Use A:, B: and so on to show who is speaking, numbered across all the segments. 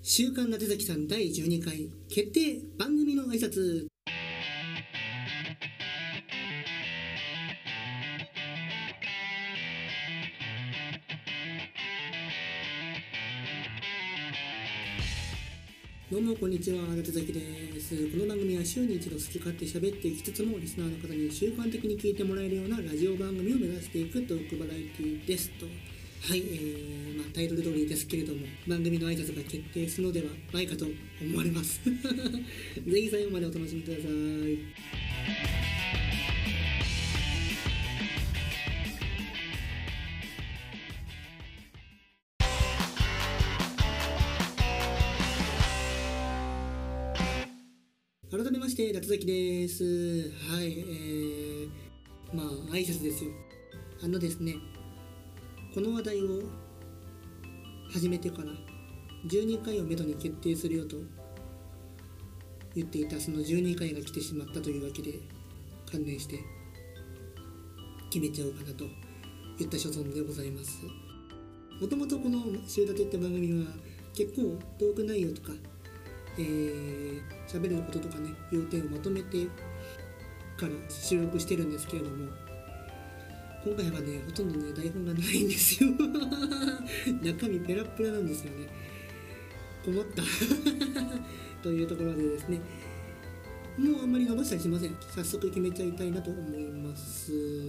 A: 週刊伊達崎さん第12回決定番組の挨拶。どうもこんにちは、伊達崎です。この番組は週に一度好き勝手喋っていきつつもリスナーの方に習慣的に聞いてもらえるようなラジオ番組を目指していくトークバラエティですと。はい、タイトル通りですけれども、番組の挨拶が決定するのではないかと思われますぜひ最後までお楽しみください。改めまして伊達崎です。はい、挨拶ですよ。ですね、この話題を始めてから12回をめどに決定するよと言っていたその12回が来てしまったというわけで、関連して決めちゃおうかなといった所存でございます。もともとこの週立てって番組は結構トーク内容とか喋ることとかね、要点をまとめてから収録してるんですけれども、今回はね、ほとんどね、台本がないんですよ中身ペラッペラなんですよね。困ったというところでですね、もうあんまり伸ばしたりしません。早速決めちゃいたいなと思います。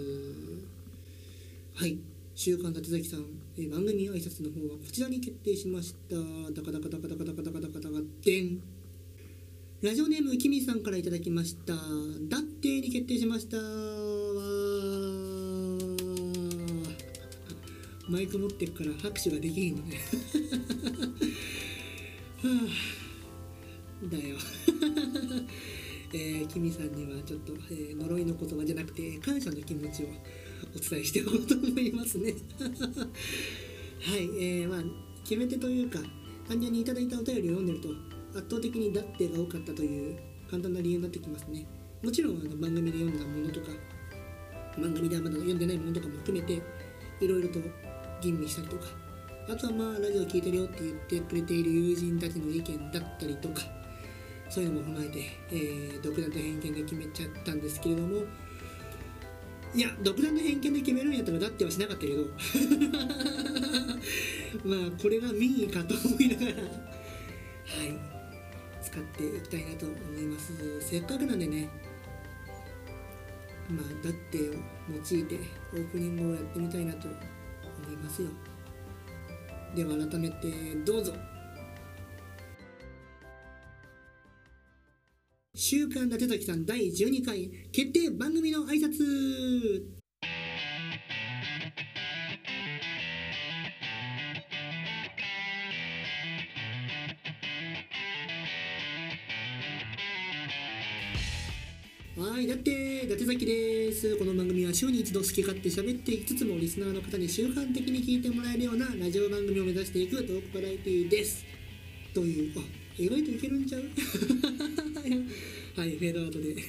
A: はい、週刊伊達崎さん、番組挨拶の方はこちらに決定しました。ダカダカダカダカダカダカダカダカでん。ラジオネームきみさんからいただきました。だってに決定しました。マイク持ってっから拍手ができんのねはあ、だよキミさんにはちょっと、呪いの言葉じゃなくて感謝の気持ちをお伝えしておこうと思いますねはい、決め手というか、単純にいただいたお便りを読んでると圧倒的にだってが多かったという簡単な理由になってきますね。もちろん番組で読んだものとか、番組ではまだ読んでないものとかも含めていろいろと吟味したりとか、あとはラジオ聞いてるよって言ってくれている友人たちの意見だったりとか、そういうのも踏まえて、独断と偏見で決めちゃったんですけれども、いや、独断と偏見で決めるんやったらだってはしなかったけどこれが民意かと思いながら使っていきたいなと思います。せっかくなんでね、だってを用いてオープニングをやってみたいなと思いますよ。では改めてどうぞ。週刊伊達崎さん第12回決定番組の挨拶。はい、だって伊達崎です。この番組は週に一度好き勝手喋っていきつつもリスナーの方に習慣的に聞いてもらえるようなラジオ番組を目指していくトークバラエティですという、意外といけるんちゃうはい、フェードアウトで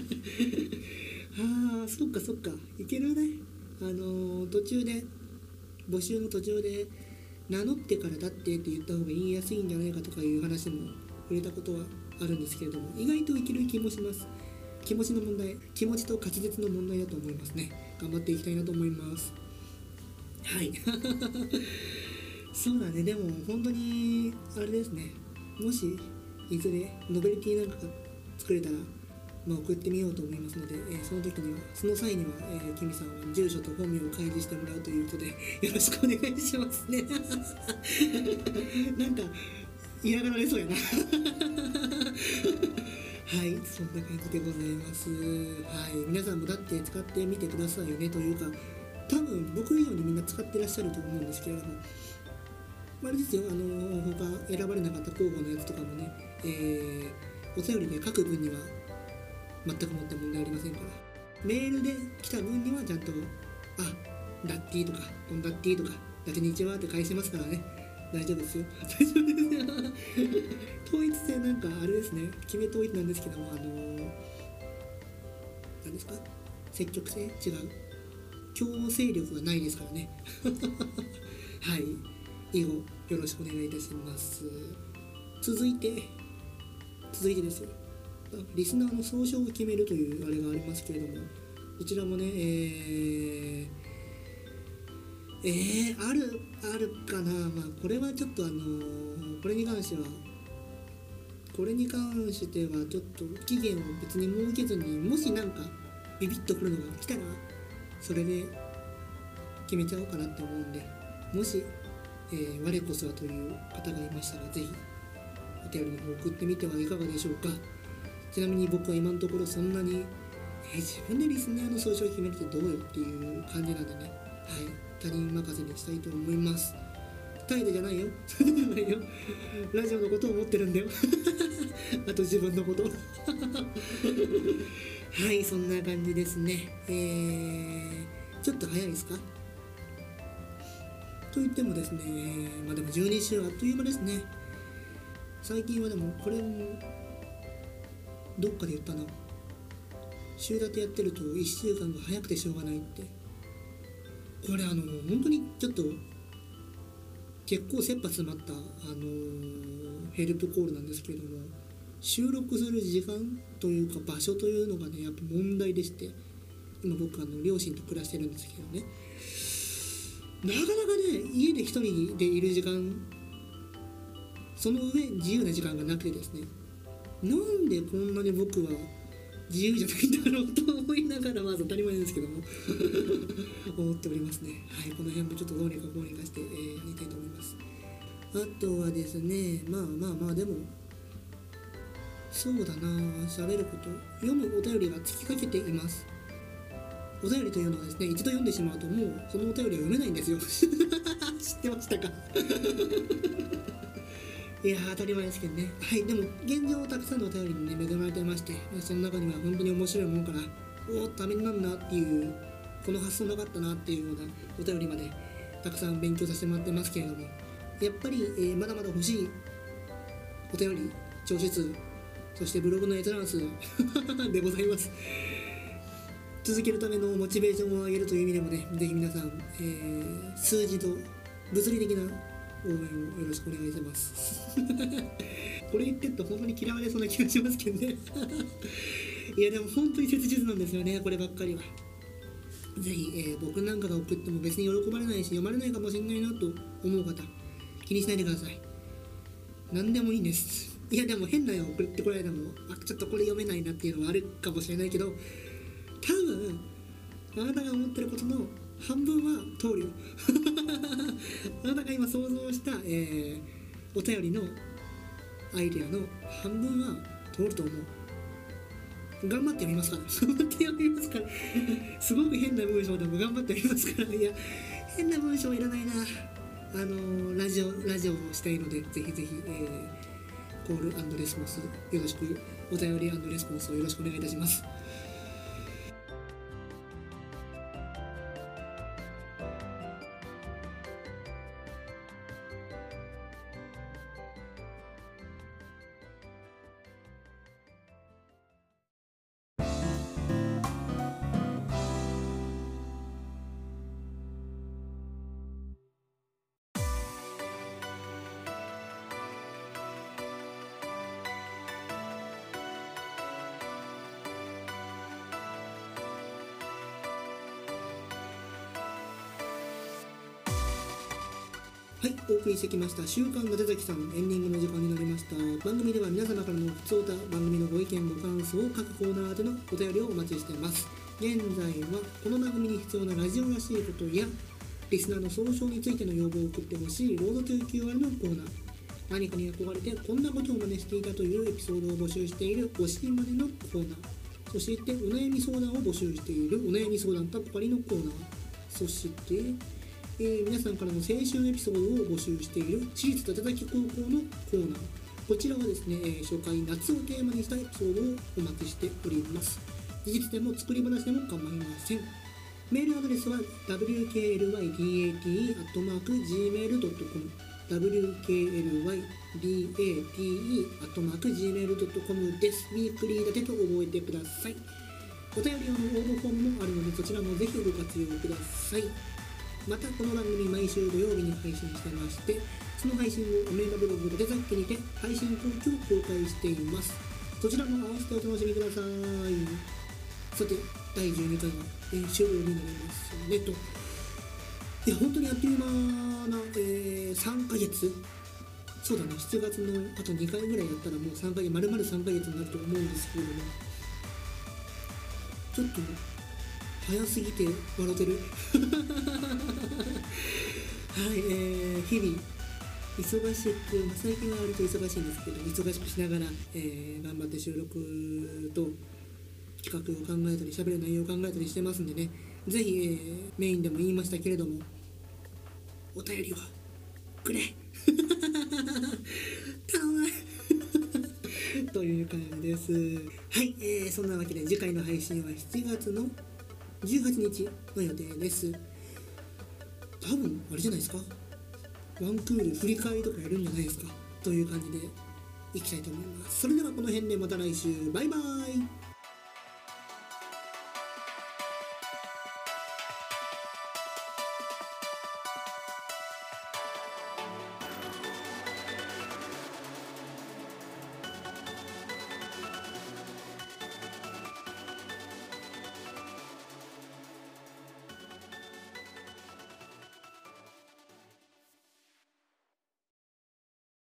A: そっかいけるね。途中で募集の途中で名乗ってからだってって言った方が言いやすいんじゃないかとかいう話も触れたことはあるんですけれども、意外といける気もします。気持ちの問題、気持ちと滑舌の問題だと思いますね。頑張っていきたいなと思います。はいそうだね。でも本当にあれですね、もしいずれノベルティなんかが作れたら、送ってみようと思いますので、その際には、キミさんは住所と本名を開示してもらうということでよろしくお願いしますねなんか嫌がられそうやなはい、そんな感じでございます。はい、皆さんもだって使ってみてくださいよね。というか、多分僕以上にみんな使ってらっしゃると思うんですけれども、あれですよ、他選ばれなかった候補のやつとかもね、お便りで書く分には全くもって問題ありませんから、メールで来た分にはちゃんとダッティとかコンダッティとかダテニチはって返しますからね、大丈夫ですよ大丈夫ですよ統一性なんかあれですね、決め統一なんですけども、何ですか、積極性違う、強制力がないですからねはい、以後よろしくお願いいたします。 続いてですよ、リスナーの総称を決めるというあれがありますけれども、こちらもねあるかな。まあこれはちょっとこれに関してはちょっと期限を別に設けずに、もしなんかビビッとくるのが来たらそれで決めちゃおうかなって思うんで、もし、我こそはという方がいましたらぜひお便りの方送ってみてはいかがでしょうか。ちなみに僕は今のところそんなに、自分でリスナーの総称を決めるってどうよっていう感じなんでね、他人任せにしたいと思います。態度じゃないよラジオのことを思ってるんだよあと自分のことはい、そんな感じですね。ちょっと早いですかと言ってもですね、まあでも12週あっという間ですね。最近はでもこれもどっかで言ったな、週立てやってると1週間が早くてしょうがないって。これ本当にちょっと結構切羽詰まったヘルプコールなんですけれども、収録する時間というか場所というのがねやっぱ問題でして、今僕両親と暮らしてるんですけどね、なかなかね家で一人でいる時間、その上自由な時間がなくてですね、なんでこんなに僕は自由じゃないんだろうと思いながら、まず当たり前ですけども思っておりますね。はい、この辺もちょっとどうにかして、やりたいと思います。あとはですね、まあでもそうだな、喋ること、読むお便りが尽きかけています。お便りというのはですね、一度読んでしまうともうそのお便りは読めないんですよ知ってましたかいや当たり前ですけどね。はい、でも現状たくさんのお便りに、ね、恵まれてまして、その中には本当に面白いものからためになるなっていう、この発想なかったなっていうようなお便りまでたくさん勉強させてもらってますけれども、やっぱり、まだまだ欲しいお便り聴取数、そしてブログの閲覧数でございます。続けるためのモチベーションを上げるという意味でもね、ぜひ皆さん、数字と物理的な応援をよろしくお願いしますこれ言ってると本当に嫌われそうな気がしますけどねいやでも本当に切実なんですよね、こればっかりは。ぜひ、僕なんかが送っても別に喜ばれないし読まれないかもしれないなと思う方、気にしないでください。何でもいいんです。いやでも変なの送ってこられてもちょっとこれ読めないなっていうのはあるかもしれないけど、多分あなたが思ってることの半分は通るよあなたが今想像した、お便りのアイデアの半分は通ると思う。頑張って読みますからすごく変な文章でも頑張って読みますから。いや変な文章いらないな。ラジオをしたいので、ぜひぜひ、コール&レスポンスよろしく、お便り&レスポンスをよろしくお願いいたします。はい、お送りしてきました週刊伊達崎さん、エンディングの時間になりました。番組では皆様からの普通歌、番組のご意見ご感想を各コーナーでのお便りをお待ちしています。現在はこの番組に必要なラジオらしいことやリスナーの総称についての要望を送ってほしいロードトゥ QR のコーナー、何かに憧れてこんなことを真似していたというエピソードを募集しているおしまでのコーナー、そしてお悩み相談を募集しているお悩み相談たっぱりのコーナー、そして皆さんからの青春エピソードを募集している私立立崎高校のコーナー、こちらはですね、初回夏をテーマにしたエピソードをお待ちしております。事実でも作り話でも構いません。メールアドレスは wklyDate@gmail.com wklyDate@gmail.com です。ウィークリーだけと覚えてください。お便り用の応募フォームもあるので、そちらもぜひご活用ください。またこの番組毎週土曜日に配信してまして、その配信をアメーバブログでざっきにて配配信後期を公開しています。そちらも合わせてお楽しみください。さて第12回は、終了になりますねと。いや本当にあっという間な、3ヶ月、そうだね、7月のあと2回ぐらいやったらもう3ヶ月、丸々3ヶ月になると思うんですけれども、ちょっと早すぎて笑ってるはい、日々忙しく、最近は割と忙しいんですけど、忙しくしながら、頑張って収録と企画を考えたり喋る内容を考えたりしてますんでね、ぜひ、メインでも言いましたけれども、お便りをくれ頼むという感じです。はい、そんなわけで次回の配信は7月の18日の予定です。多分あれじゃないですか、ワンクール振り返りとかやるんじゃないですかという感じでいきたいと思います。それではこの辺でまた来週、バイバイ。